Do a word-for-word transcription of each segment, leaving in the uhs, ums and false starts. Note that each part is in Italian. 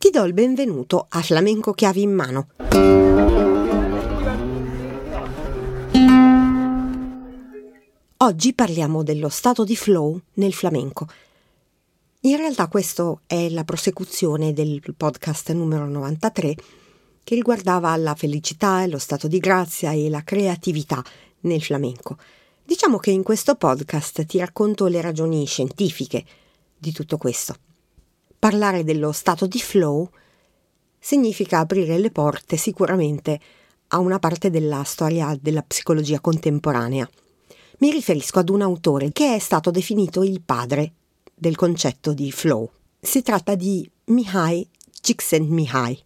Ti do il benvenuto a Flamenco Chiavi in Mano. Oggi parliamo dello stato di flow nel flamenco. In realtà questo è la prosecuzione del podcast numero novantatré che riguardava la felicità, lo stato di grazia e la creatività nel flamenco. Diciamo che in questo podcast ti racconto le ragioni scientifiche di tutto questo. Parlare dello stato di flow significa aprire le porte sicuramente a una parte della storia della psicologia contemporanea. Mi riferisco ad un autore che è stato definito il padre del concetto di flow. Si tratta di Mihaly Csikszentmihalyi.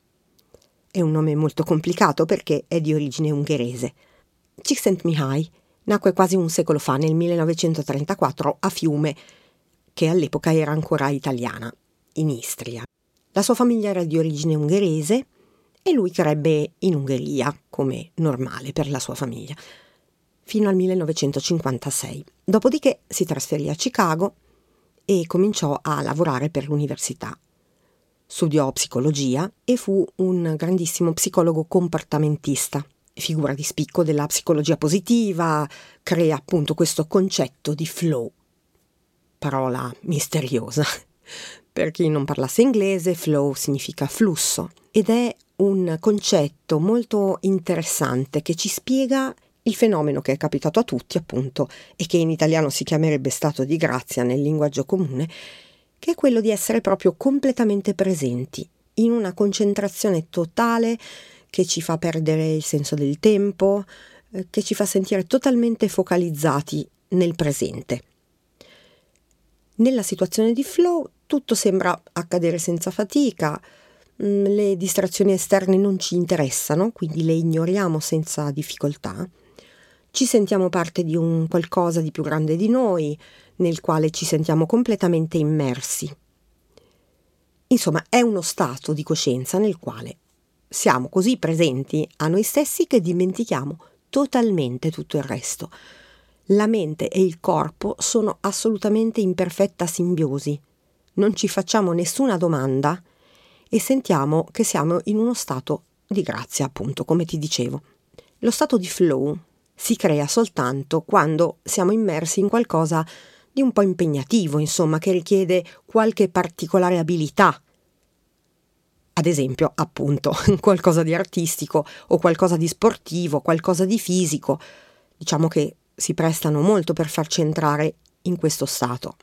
È un nome molto complicato perché è di origine ungherese. Csikszentmihalyi nacque quasi un secolo fa, nel millenovecentotrentaquattro, a Fiume, che all'epoca era ancora italiana, in Istria. La sua famiglia era di origine ungherese e lui crebbe in Ungheria, come normale per la sua famiglia, fino al millenovecentocinquantasei. Dopodiché si trasferì a Chicago e cominciò a lavorare per l'università. Studiò psicologia e fu un grandissimo psicologo comportamentista, figura di spicco della psicologia positiva, crea appunto questo concetto di flow. Parola misteriosa. Per chi non parlasse inglese, flow significa flusso ed è un concetto molto interessante che ci spiega il fenomeno che è capitato a tutti, appunto, e che in italiano si chiamerebbe stato di grazia nel linguaggio comune, che è quello di essere proprio completamente presenti, in una concentrazione totale che ci fa perdere il senso del tempo, eh, che ci fa sentire totalmente focalizzati nel presente. Nella situazione di flow tutto sembra accadere senza fatica, mh, le distrazioni esterne non ci interessano, quindi le ignoriamo senza difficoltà. Ci sentiamo parte di un qualcosa di più grande di noi, nel quale ci sentiamo completamente immersi. Insomma, è uno stato di coscienza nel quale siamo così presenti a noi stessi che dimentichiamo totalmente tutto il resto. La mente e il corpo sono assolutamente in perfetta simbiosi. Non ci facciamo nessuna domanda e sentiamo che siamo in uno stato di grazia, appunto, come ti dicevo. Lo stato di flow si crea soltanto quando siamo immersi in qualcosa di un po' impegnativo, insomma, che richiede qualche particolare abilità. Ad esempio, appunto, qualcosa di artistico o qualcosa di sportivo, qualcosa di fisico. Diciamo che si prestano molto per farci entrare in questo stato.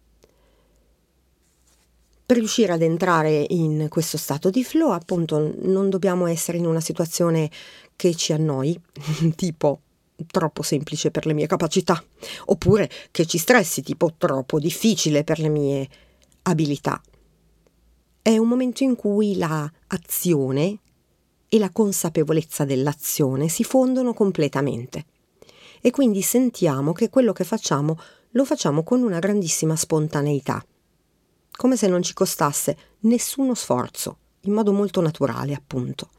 Per riuscire ad entrare in questo stato di flow, appunto, non dobbiamo essere in una situazione che ci annoi, tipo troppo semplice per le mie capacità, oppure che ci stressi, tipo troppo difficile per le mie abilità. È un momento in cui la azione e la consapevolezza dell'azione si fondono completamente e quindi sentiamo che quello che facciamo lo facciamo con una grandissima spontaneità, come se non ci costasse nessuno sforzo, in modo molto naturale, appunto.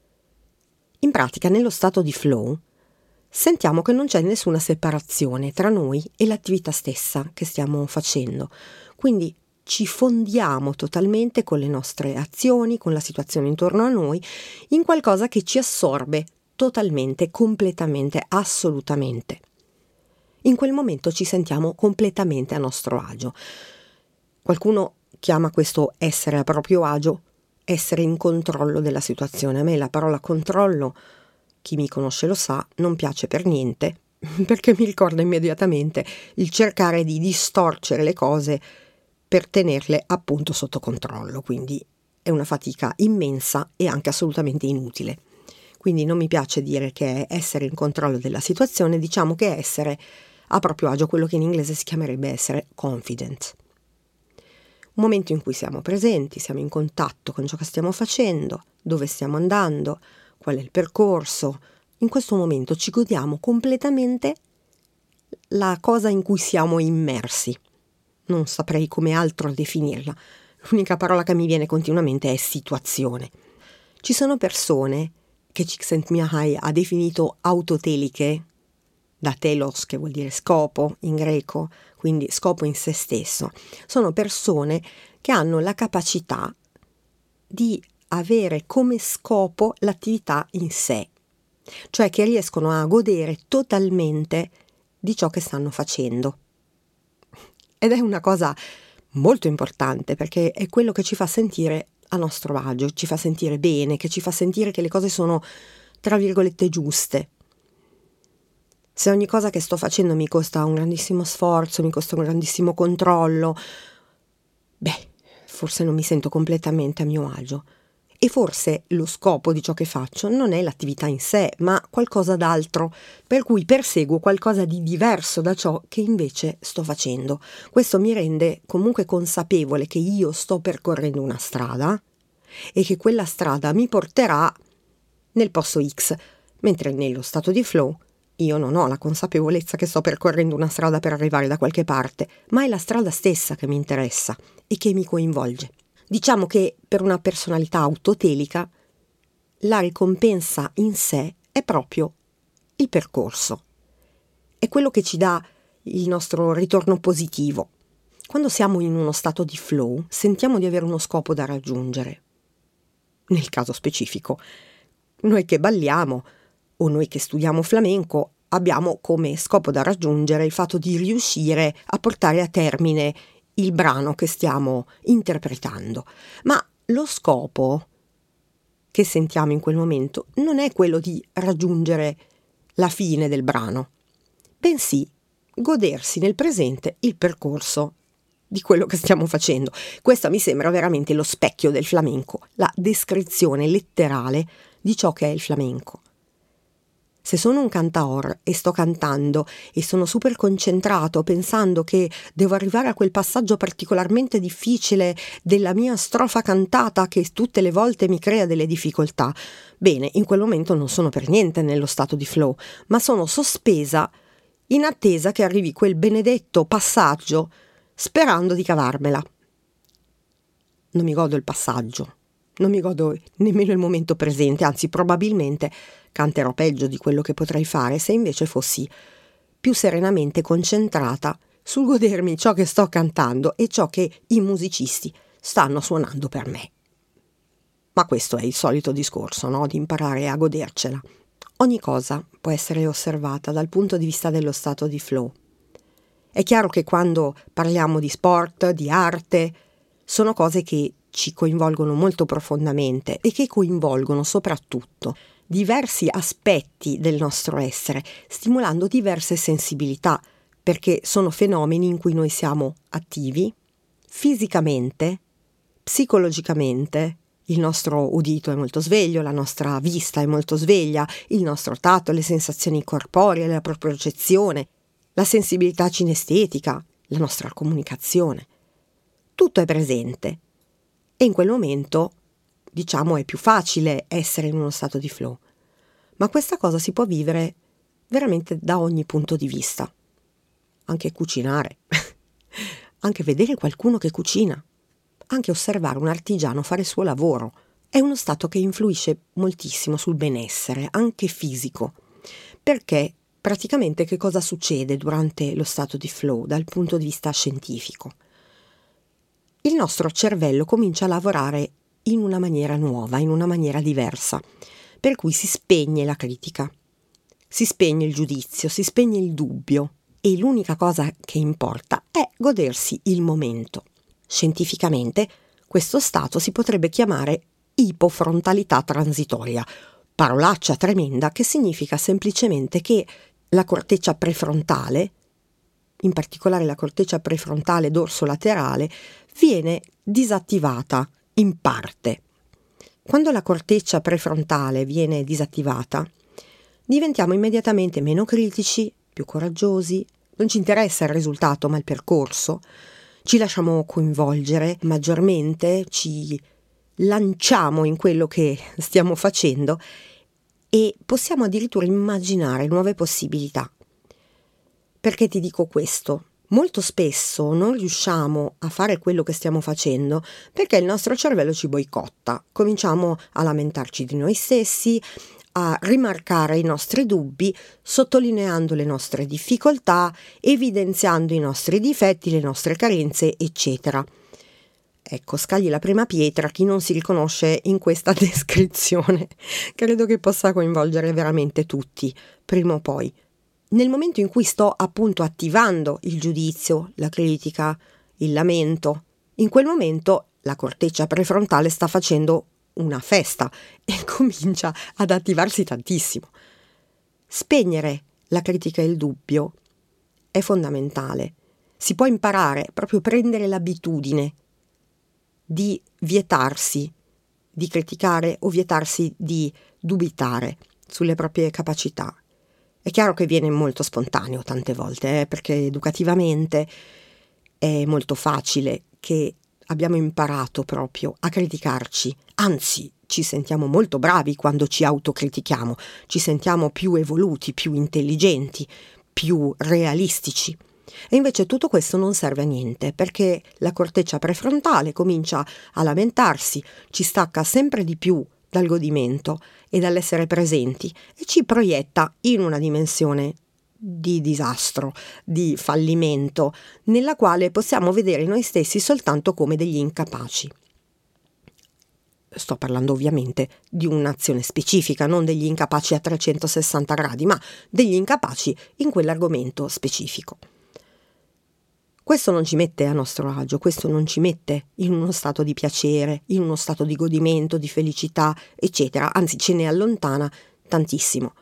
In pratica, nello stato di flow, sentiamo che non c'è nessuna separazione tra noi e l'attività stessa che stiamo facendo, quindi ci fondiamo totalmente con le nostre azioni, con la situazione intorno a noi, in qualcosa che ci assorbe totalmente, completamente, assolutamente. In quel momento ci sentiamo completamente a nostro agio. Qualcuno chiama questo essere a proprio agio, essere in controllo della situazione. A me la parola controllo, chi mi conosce lo sa, non piace per niente, perché mi ricorda immediatamente il cercare di distorcere le cose per tenerle appunto sotto controllo, quindi è una fatica immensa e anche assolutamente inutile. Quindi non mi piace dire che è essere in controllo della situazione, diciamo che è essere a proprio agio, quello che in inglese si chiamerebbe essere confident. Un momento in cui siamo presenti, siamo in contatto con ciò che stiamo facendo, dove stiamo andando, qual è il percorso. In questo momento ci godiamo completamente la cosa in cui siamo immersi. Non saprei come altro definirla. L'unica parola che mi viene continuamente è situazione. Ci sono persone che Csikszentmihalyi ha definito autoteliche, da telos che vuol dire scopo in greco, quindi scopo in se stesso. Sono persone che hanno la capacità di avere come scopo l'attività in sé, cioè che riescono a godere totalmente di ciò che stanno facendo. Ed è una cosa molto importante, perché è quello che ci fa sentire a nostro agio, ci fa sentire bene, che ci fa sentire che le cose sono, tra virgolette, giuste. Se ogni cosa che sto facendo mi costa un grandissimo sforzo, mi costa un grandissimo controllo, beh, forse non mi sento completamente a mio agio. E forse lo scopo di ciò che faccio non è l'attività in sé, ma qualcosa d'altro, per cui perseguo qualcosa di diverso da ciò che invece sto facendo. Questo mi rende comunque consapevole che io sto percorrendo una strada e che quella strada mi porterà nel posto X, mentre nello stato di flow io non ho la consapevolezza che sto percorrendo una strada per arrivare da qualche parte, ma è la strada stessa che mi interessa e che mi coinvolge. Diciamo che per una personalità autotelica la ricompensa in sé è proprio il percorso. È quello che ci dà il nostro ritorno positivo. Quando siamo in uno stato di flow, sentiamo di avere uno scopo da raggiungere. Nel caso specifico, noi che balliamo o noi che studiamo flamenco abbiamo come scopo da raggiungere il fatto di riuscire a portare a termine il brano che stiamo interpretando. Ma lo scopo che sentiamo in quel momento non è quello di raggiungere la fine del brano, bensì godersi nel presente il percorso di quello che stiamo facendo. Questo mi sembra veramente lo specchio del flamenco, la descrizione letterale di ciò che è il flamenco. Se sono un cantaor e sto cantando e sono super concentrato pensando che devo arrivare a quel passaggio particolarmente difficile della mia strofa cantata che tutte le volte mi crea delle difficoltà, bene, in quel momento non sono per niente nello stato di flow, ma sono sospesa in attesa che arrivi quel benedetto passaggio, sperando di cavarmela. Non mi godo il passaggio, non mi godo nemmeno il momento presente, anzi probabilmente canterò peggio di quello che potrei fare se invece fossi più serenamente concentrata sul godermi ciò che sto cantando e ciò che i musicisti stanno suonando per me. Ma questo è il solito discorso, no? Di imparare a godercela. Ogni cosa può essere osservata dal punto di vista dello stato di flow. È chiaro che quando parliamo di sport, di arte, sono cose che ci coinvolgono molto profondamente e che coinvolgono soprattutto diversi aspetti del nostro essere, stimolando diverse sensibilità, perché sono fenomeni in cui noi siamo attivi fisicamente, psicologicamente. Il nostro udito è molto sveglio, la nostra vista è molto sveglia, il nostro tatto, le sensazioni corporee, la propriocezione, la sensibilità cinestetica, la nostra comunicazione. Tutto è presente e in quel momento, diciamo, è più facile essere in uno stato di flow. Ma questa cosa si può vivere veramente da ogni punto di vista. Anche cucinare, anche vedere qualcuno che cucina, anche osservare un artigiano fare il suo lavoro. È uno stato che influisce moltissimo sul benessere, anche fisico. Perché praticamente che cosa succede durante lo stato di flow dal punto di vista scientifico? Il nostro cervello comincia a lavorare in una maniera nuova, in una maniera diversa, per cui si spegne la critica, si spegne il giudizio, si spegne il dubbio e l'unica cosa che importa è godersi il momento. Scientificamente questo stato si potrebbe chiamare ipofrontalità transitoria, parolaccia tremenda che significa semplicemente che la corteccia prefrontale, in particolare la corteccia prefrontale dorsolaterale, viene disattivata in parte. Quando la corteccia prefrontale viene disattivata, diventiamo immediatamente meno critici, più coraggiosi, non ci interessa il risultato ma il percorso, ci lasciamo coinvolgere maggiormente, ci lanciamo in quello che stiamo facendo e possiamo addirittura immaginare nuove possibilità. Perché ti dico questo? Molto spesso non riusciamo a fare quello che stiamo facendo perché il nostro cervello ci boicotta. Cominciamo a lamentarci di noi stessi, a rimarcare i nostri dubbi, sottolineando le nostre difficoltà, evidenziando i nostri difetti, le nostre carenze, eccetera. Ecco, scagli la prima pietra chi non si riconosce in questa descrizione. Credo che possa coinvolgere veramente tutti, prima o poi. Nel momento in cui sto appunto attivando il giudizio, la critica, il lamento, in quel momento la corteccia prefrontale sta facendo una festa e comincia ad attivarsi tantissimo. Spegnere la critica e il dubbio è fondamentale. Si può imparare, proprio prendere l'abitudine di vietarsi di criticare o vietarsi di dubitare sulle proprie capacità. È chiaro che viene molto spontaneo tante volte, eh, perché educativamente è molto facile che abbiamo imparato proprio a criticarci, anzi ci sentiamo molto bravi quando ci autocritichiamo, ci sentiamo più evoluti, più intelligenti, più realistici. E invece tutto questo non serve a niente, perché la corteccia prefrontale comincia a lamentarsi, ci stacca sempre di più dal godimento e dall'essere presenti e ci proietta in una dimensione di disastro, di fallimento, nella quale possiamo vedere noi stessi soltanto come degli incapaci. Sto parlando ovviamente di un'azione specifica, non degli incapaci a trecentosessanta gradi, ma degli incapaci in quell'argomento specifico. Questo non ci mette a nostro agio, questo non ci mette in uno stato di piacere, in uno stato di godimento, di felicità, eccetera, anzi ce ne allontana tantissimo.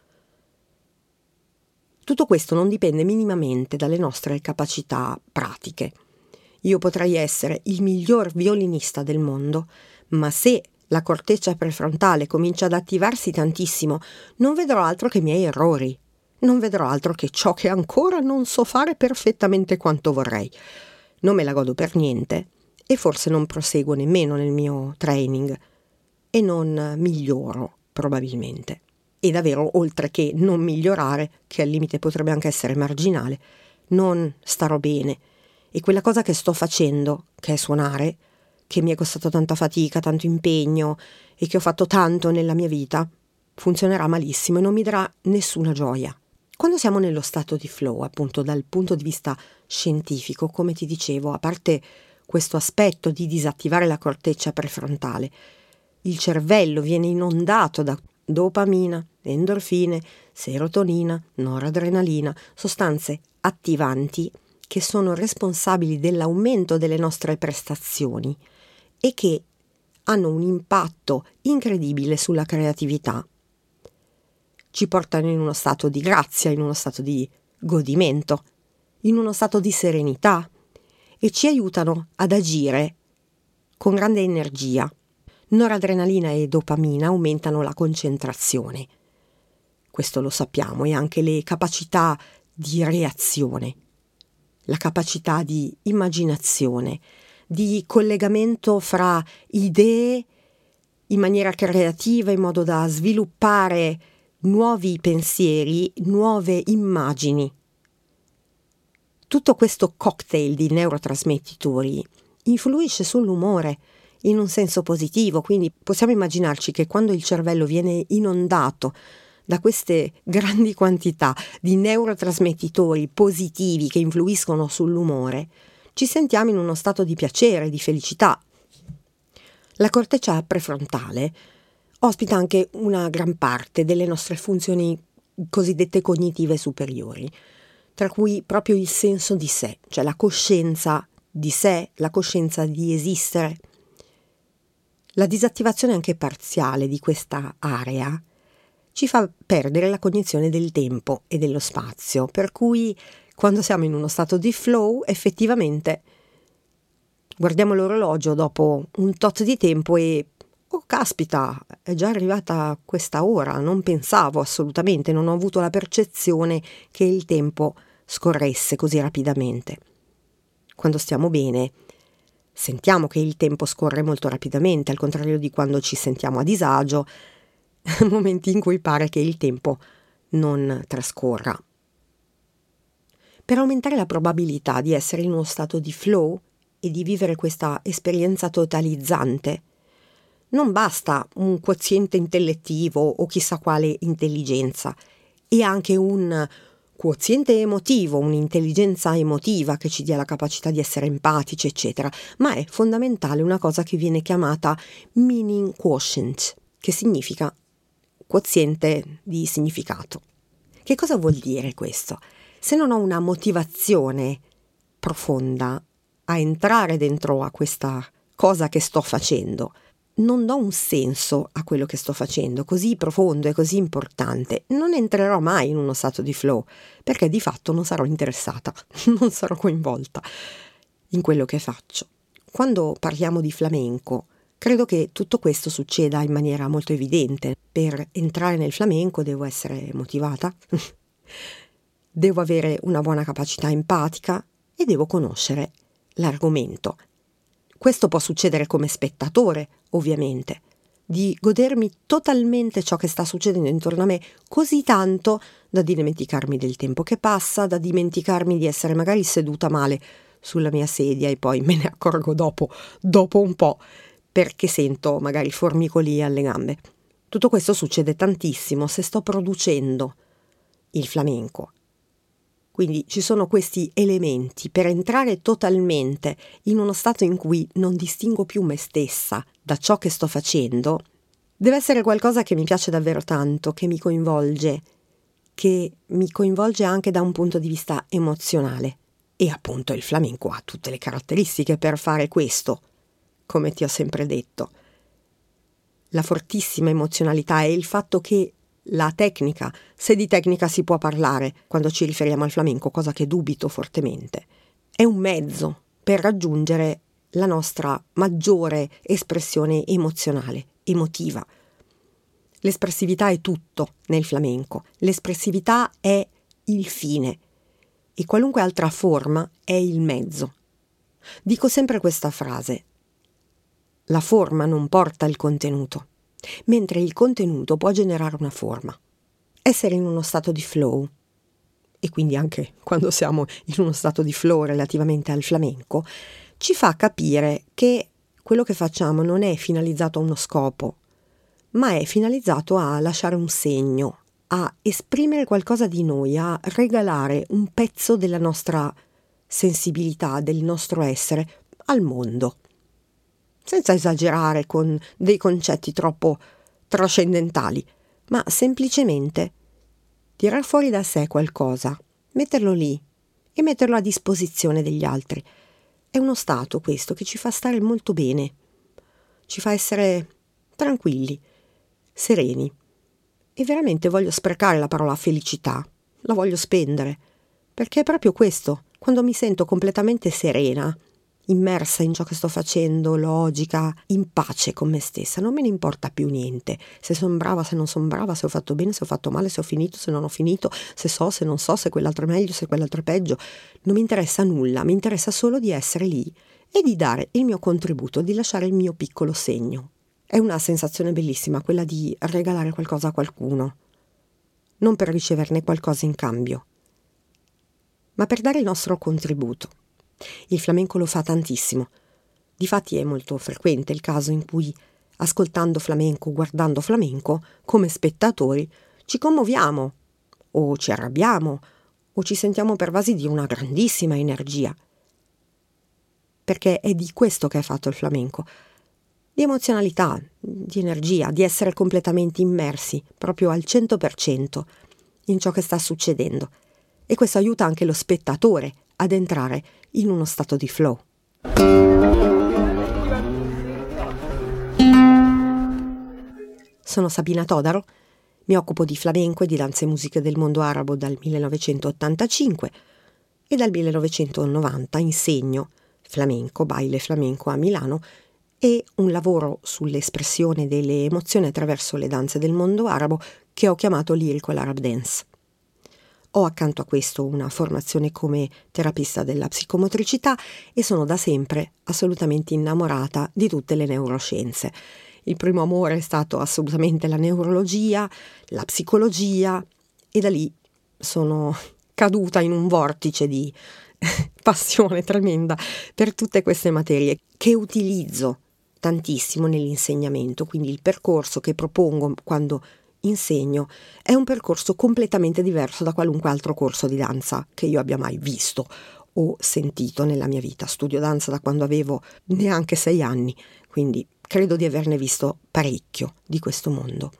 Tutto questo non dipende minimamente dalle nostre capacità pratiche. Io potrei essere il miglior violinista del mondo, ma se la corteccia prefrontale comincia ad attivarsi tantissimo, non vedrò altro che i miei errori. Non vedrò altro che ciò che ancora non so fare perfettamente quanto vorrei. Non me la godo per niente e forse non proseguo nemmeno nel mio training e non miglioro probabilmente. E davvero, oltre che non migliorare, che al limite potrebbe anche essere marginale, non starò bene. E quella cosa che sto facendo, che è suonare, che mi è costato tanta fatica, tanto impegno e che ho fatto tanto nella mia vita, funzionerà malissimo e non mi darà nessuna gioia. Quando siamo nello stato di flow, appunto dal punto di vista scientifico, come ti dicevo, a parte questo aspetto di disattivare la corteccia prefrontale, il cervello viene inondato da dopamina, endorfine, serotonina, noradrenalina, sostanze attivanti che sono responsabili dell'aumento delle nostre prestazioni e che hanno un impatto incredibile sulla creatività. Ci portano in uno stato di grazia, in uno stato di godimento, in uno stato di serenità e ci aiutano ad agire con grande energia. Noradrenalina e dopamina aumentano la concentrazione. Questo lo sappiamo, e anche le capacità di reazione, la capacità di immaginazione, di collegamento fra idee in maniera creativa, in modo da sviluppare nuovi pensieri, nuove immagini. Tutto questo cocktail di neurotrasmettitori influisce sull'umore in un senso positivo, quindi possiamo immaginarci che quando il cervello viene inondato da queste grandi quantità di neurotrasmettitori positivi che influiscono sull'umore, ci sentiamo in uno stato di piacere, di felicità. La corteccia prefrontale ospita anche una gran parte delle nostre funzioni cosiddette cognitive superiori, tra cui proprio il senso di sé, cioè la coscienza di sé, la coscienza di esistere. La disattivazione anche parziale di questa area ci fa perdere la cognizione del tempo e dello spazio, per cui quando siamo in uno stato di flow effettivamente guardiamo l'orologio dopo un tot di tempo e oh caspita, è già arrivata questa ora, non pensavo assolutamente, non ho avuto la percezione che il tempo scorresse così rapidamente. Quando stiamo bene sentiamo che il tempo scorre molto rapidamente, al contrario di quando ci sentiamo a disagio, momenti in cui pare che il tempo non trascorra. Per aumentare la probabilità di essere in uno stato di flow e di vivere questa esperienza totalizzante, non basta un quoziente intellettivo o chissà quale intelligenza, e anche un quoziente emotivo, un'intelligenza emotiva che ci dia la capacità di essere empatici, eccetera, ma è fondamentale una cosa che viene chiamata meaning quotient, che significa quoziente di significato. Che cosa vuol dire questo? Se non ho una motivazione profonda a entrare dentro a questa cosa che sto facendo, non do un senso a quello che sto facendo così profondo e così importante, non entrerò mai in uno stato di flow, perché di fatto non sarò interessata, non sarò coinvolta in quello che faccio. Quando parliamo di flamenco, credo che tutto questo succeda in maniera molto evidente. Per entrare nel flamenco devo essere motivata, devo avere una buona capacità empatica e devo conoscere l'argomento. Questo può succedere come spettatore, ovviamente, di godermi totalmente ciò che sta succedendo intorno a me così tanto da dimenticarmi del tempo che passa, da dimenticarmi di essere magari seduta male sulla mia sedia e poi me ne accorgo dopo, dopo un po', perché sento magari formicoli alle gambe. Tutto questo succede tantissimo se sto producendo il flamenco. Quindi ci sono questi elementi per entrare totalmente in uno stato in cui non distingo più me stessa da ciò che sto facendo. Deve essere qualcosa che mi piace davvero tanto, che mi coinvolge, che mi coinvolge anche da un punto di vista emozionale. E appunto il flamenco ha tutte le caratteristiche per fare questo, come ti ho sempre detto. La fortissima emozionalità e il fatto che la tecnica, se di tecnica si può parlare quando ci riferiamo al flamenco, cosa che dubito fortemente, è un mezzo per raggiungere la nostra maggiore espressione emozionale, emotiva. L'espressività è tutto nel flamenco, l'espressività è il fine e qualunque altra forma è il mezzo. Dico sempre questa frase: la forma non porta il contenuto, mentre il contenuto può generare una forma. Essere in uno stato di flow, e quindi anche quando siamo in uno stato di flow relativamente al flamenco, ci fa capire che quello che facciamo non è finalizzato a uno scopo, ma è finalizzato a lasciare un segno, a esprimere qualcosa di noi, a regalare un pezzo della nostra sensibilità, del nostro essere al mondo. Senza esagerare con dei concetti troppo trascendentali, ma semplicemente tirar fuori da sé qualcosa, metterlo lì e metterlo a disposizione degli altri. È uno stato questo che ci fa stare molto bene, ci fa essere tranquilli, sereni. E veramente voglio sprecare la parola felicità, la voglio spendere, perché è proprio questo, quando mi sento completamente serena, immersa in ciò che sto facendo, logica, in pace con me stessa, non me ne importa più niente, se sono brava, se non sono brava, se ho fatto bene, se ho fatto male, se ho finito, se non ho finito, se so, se non so, se quell'altro è meglio, se quell'altro è peggio, non mi interessa nulla, mi interessa solo di essere lì e di dare il mio contributo, di lasciare il mio piccolo segno. È una sensazione bellissima quella di regalare qualcosa a qualcuno, non per riceverne qualcosa in cambio, ma per dare il nostro contributo. Il flamenco lo fa tantissimo. Difatti è molto frequente il caso in cui, ascoltando flamenco, guardando flamenco, come spettatori, ci commuoviamo, o ci arrabbiamo, o ci sentiamo pervasi di una grandissima energia. Perché è di questo che è fatto il flamenco, di emozionalità, di energia, di essere completamente immersi, proprio al cento per cento, in ciò che sta succedendo. E questo aiuta anche lo spettatore ad entrare in uno stato di flow. Sono Sabina Todaro, mi occupo di flamenco e di danze e musiche del mondo arabo dal millenovecentottantacinque e dal millenovecentonovanta insegno flamenco, baile flamenco a Milano e un lavoro sull'espressione delle emozioni attraverso le danze del mondo arabo che ho chiamato Lyrical Arab Dance. Ho accanto a questo una formazione come terapista della psicomotricità e sono da sempre assolutamente innamorata di tutte le neuroscienze. Il primo amore è stato assolutamente la neurologia, la psicologia e da lì sono caduta in un vortice di passione tremenda per tutte queste materie che utilizzo tantissimo nell'insegnamento, quindi il percorso che propongo quando insegno. È un percorso completamente diverso da qualunque altro corso di danza che io abbia mai visto o sentito nella mia vita. Studio danza da quando avevo neanche sei anni, quindi credo di averne visto parecchio di questo mondo.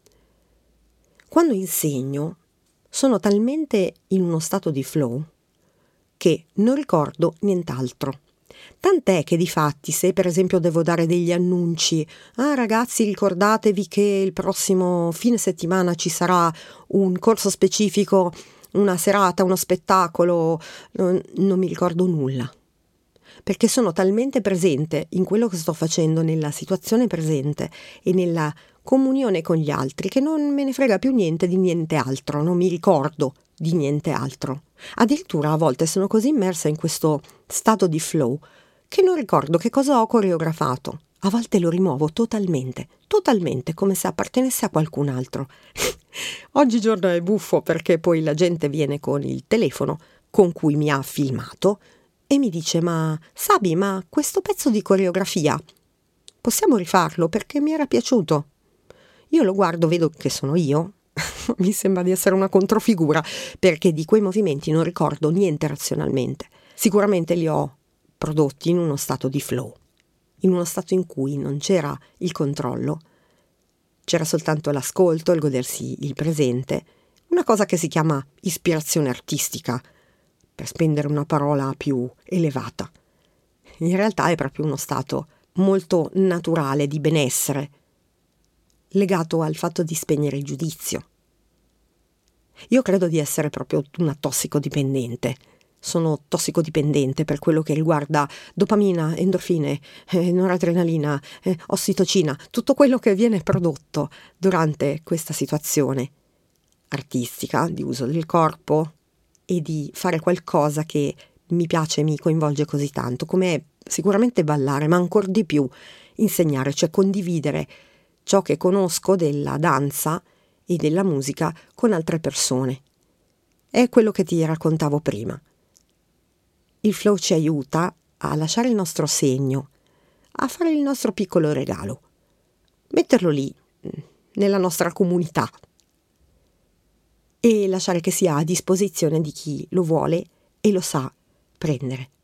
Quando insegno sono talmente in uno stato di flow che non ricordo nient'altro. Tant'è che difatti, se per esempio devo dare degli annunci, ah ragazzi ricordatevi che il prossimo fine settimana ci sarà un corso specifico, una serata, uno spettacolo, non, non mi ricordo nulla, perché sono talmente presente in quello che sto facendo, nella situazione presente e nella comunione con gli altri, che non me ne frega più niente di niente altro, non mi ricordo di niente altro. Addirittura a volte sono così immersa in questo stato di flow che non ricordo che cosa ho coreografato. A volte lo rimuovo totalmente, totalmente, come se appartenesse a qualcun altro. Oggigiorno è buffo perché poi la gente viene con il telefono con cui mi ha filmato e mi dice: ma Sabi, ma questo pezzo di coreografia possiamo rifarlo perché mi era piaciuto? Io lo guardo, vedo che sono io. Mi sembra di essere una controfigura, perché di quei movimenti non ricordo niente razionalmente. Sicuramente li ho prodotti in uno stato di flow, in uno stato in cui non c'era il controllo, c'era soltanto l'ascolto, il godersi il presente, una cosa che si chiama ispirazione artistica, per spendere una parola più elevata. In realtà è proprio uno stato molto naturale di benessere, legato al fatto di spegnere il giudizio. Io credo di essere proprio una tossicodipendente. Sono tossicodipendente per quello che riguarda dopamina, endorfine, eh, noradrenalina, eh, ossitocina, tutto quello che viene prodotto durante questa situazione artistica, di uso del corpo e di fare qualcosa che mi piace e mi coinvolge così tanto, come sicuramente ballare, ma ancor di più insegnare, cioè condividere ciò che conosco della danza e della musica con altre persone. È quello che ti raccontavo prima. Il flow ci aiuta a lasciare il nostro segno, a fare il nostro piccolo regalo, metterlo lì, nella nostra comunità, e lasciare che sia a disposizione di chi lo vuole e lo sa prendere.